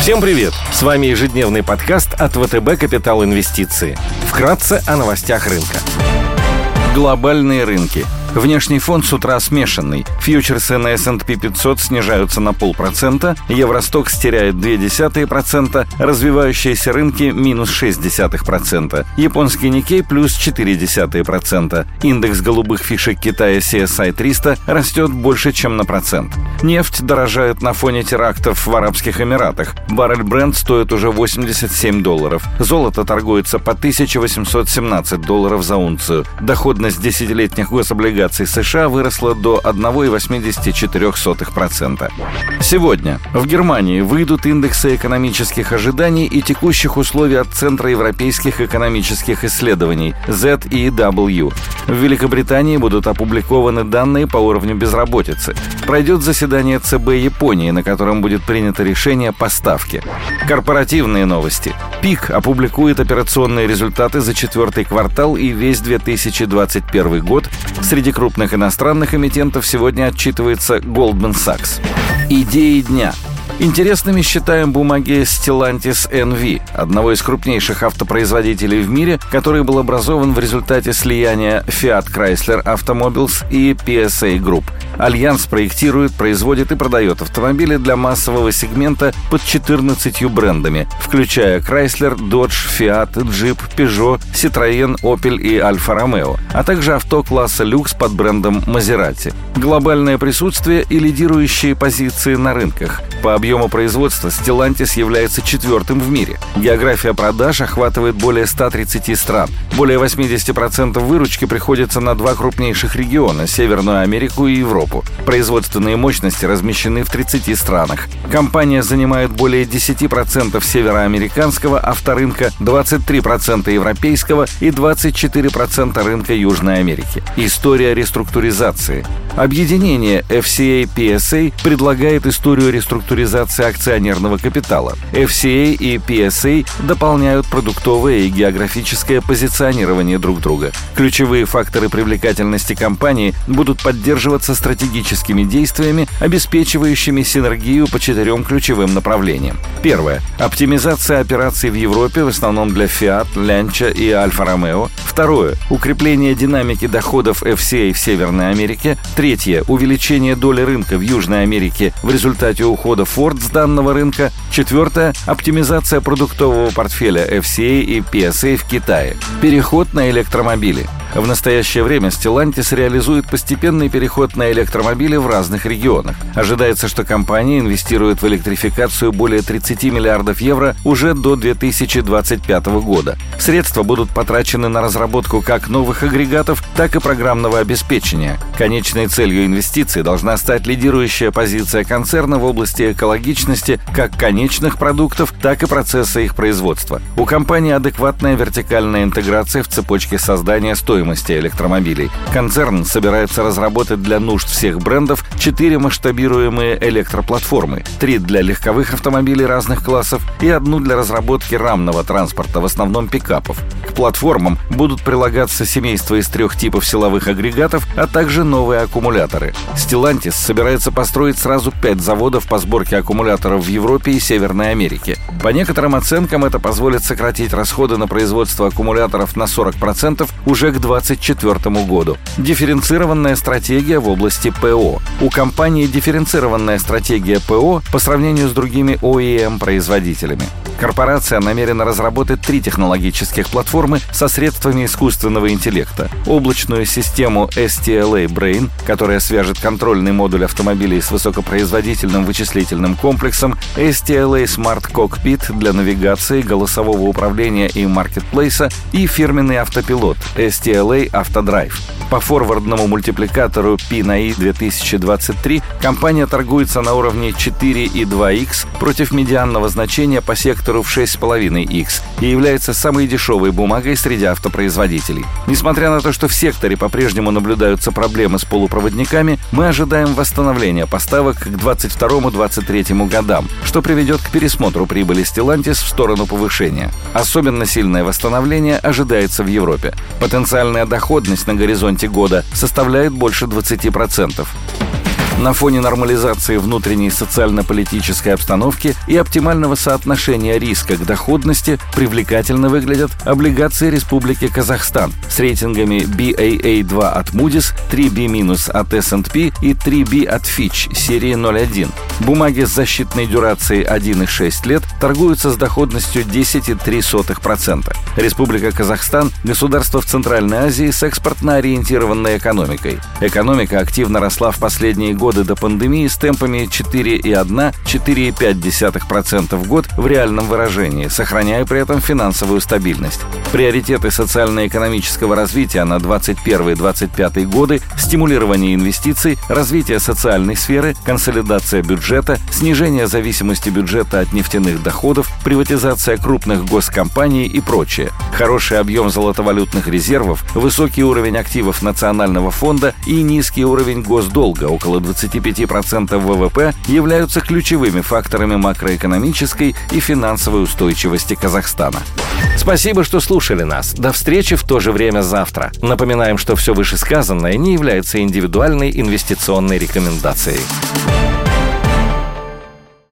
Всем привет! С вами ежедневный подкаст от ВТБ «Капитал Инвестиции». Вкратце о новостях рынка. Глобальные рынки. Внешний фон с утра смешанный. Фьючерсы на S&P 500 снижаются на 0,5%, Евростокс теряет 0,2%, развивающиеся рынки минус 0,6%, японский Никей плюс 0,4%, индекс голубых фишек Китая CSI 300 растет больше, чем на 1%. Нефть дорожает на фоне терактов в Арабских Эмиратах. Баррель Brent стоит уже $87. Золото торгуется по $1817 за унцию. Доходность десятилетних гособлигаций США выросла до 1,84%. Сегодня в Германии выйдут индексы экономических ожиданий и текущих условий от Центра европейских экономических исследований ZEW. В Великобритании будут опубликованы данные по уровню безработицы. Пройдет заседание ЦБ Японии, на котором будет принято решение по ставке. Корпоративные новости. ПИК опубликует операционные результаты за четвертый квартал и весь 2021 год. Среди крупных иностранных эмитентов сегодня отчитывается Goldman Sachs. Идеи дня. Интересными считаем бумаги Stellantis NV, одного из крупнейших автопроизводителей в мире, который был образован в результате слияния Fiat Chrysler Automobiles и PSA Group. Альянс проектирует, производит и продает автомобили для массового сегмента под 14 брендами, включая Chrysler, Dodge, Fiat, Jeep, Peugeot, Citroën, Opel и Alfa Romeo, а также авто класса люкс под брендом Maserati. Глобальное присутствие и лидирующие позиции на рынках. По объему производства Stellantis является четвертым в мире. География продаж охватывает более 130 стран. Более 80% выручки приходится на два крупнейших региона – Северную Америку и Европу. Производственные мощности размещены в 30 странах. Компания занимает более 10% североамериканского авторынка, 23% европейского и 24% рынка Южной Америки. История реструктуризации. Объединение FCA-PSA предлагает историю реструктуризации акционерного капитала. FCA и PSA дополняют продуктовое и географическое позиционирование друг друга. Ключевые факторы привлекательности компании будут поддерживаться стратегическими действиями, обеспечивающими синергию по 4 ключевым направлениям. Первое. Оптимизация операций в Европе, в основном для Fiat, Lancia и Alfa Romeo. Второе. Укрепление динамики доходов FCA в Северной Америке. Третье. Увеличение доли рынка в Южной Америке в результате ухода Ford с данного рынка. Четвертое. Оптимизация продуктового портфеля FCA и PSA в Китае. Переход на электромобили. В настоящее время Stellantis реализует постепенный переход на электромобили в разных регионах. Ожидается, что компания инвестирует в электрификацию более 30 миллиардов евро уже до 2025 года. Средства будут потрачены на разработку как новых агрегатов, так и программного обеспечения. Конечной целью инвестиций должна стать лидирующая позиция концерна в области экологичности как конечных продуктов, так и процесса их производства. У компании адекватная вертикальная интеграция в цепочке создания стоимости электромобилей. Концерн собирается разработать для нужд всех брендов 4 масштабируемые электроплатформы, 3 для легковых автомобилей разных классов и 1 для разработки рамного транспорта, в основном пикапов. К платформам будут прилагаться семейства из 3 типов силовых агрегатов, а также новые аккумуляторы. Stellantis собирается построить сразу 5 заводов по сборке аккумуляторов в Европе и Северной Америке. По некоторым оценкам это позволит сократить расходы на производство аккумуляторов на 40% уже к 2024 году. Дифференцированная стратегия в области ПО. У компании дифференцированная стратегия ПО по сравнению с другими OEM-производителями. Корпорация намерена разработать 3 технологических платформы со средствами искусственного интеллекта. Облачную систему STLA Brain, которая свяжет контрольный модуль автомобилей с высокопроизводительным вычислительным комплексом, STLA Smart Cockpit для навигации, голосового управления и маркетплейса и фирменный автопилот STLA Autodrive. По форвардному мультипликатору P/E 2023 компания торгуется на уровне 4,2x против медианного значения по сектору в 6,5x и является самой дешевой бумагой среди автопроизводителей. Несмотря на то, что в секторе по-прежнему наблюдаются проблемы с полупроводниками, мы ожидаем восстановления поставок к 2022-2023 годам, что приведет к пересмотру прибыли Stellantis в сторону повышения. Особенно сильное восстановление ожидается в Европе. Потенциальная доходность на горизонте года составляет больше 20%. На фоне нормализации внутренней социально-политической обстановки и оптимального соотношения риска к доходности привлекательно выглядят облигации Республики Казахстан с рейтингами Baa2 от Moody's, 3B- от S&P и 3B от Fitch серии 0.1. Бумаги с защитной дюрацией 1,6 лет торгуются с доходностью 10,3%. Республика Казахстан – государство в Центральной Азии с экспортно-ориентированной экономикой. Экономика активно росла в последние годы до пандемии с темпами 4,1-4,5% в год в реальном выражении, сохраняя при этом финансовую стабильность. Приоритеты социально-экономического развития на 2021-2025 годы – стимулирование инвестиций, развитие социальной сферы, консолидация бюджета, снижение зависимости бюджета от нефтяных доходов, приватизация крупных госкомпаний и прочее. Хороший объем золотовалютных резервов, высокий уровень активов Национального фонда и низкий уровень госдолга, около 25% ВВП, являются ключевыми факторами макроэкономической и финансовой устойчивости Казахстана. Спасибо, что слушали нас. До встречи в то же время завтра. Напоминаем, что все вышесказанное не является индивидуальной инвестиционной рекомендацией.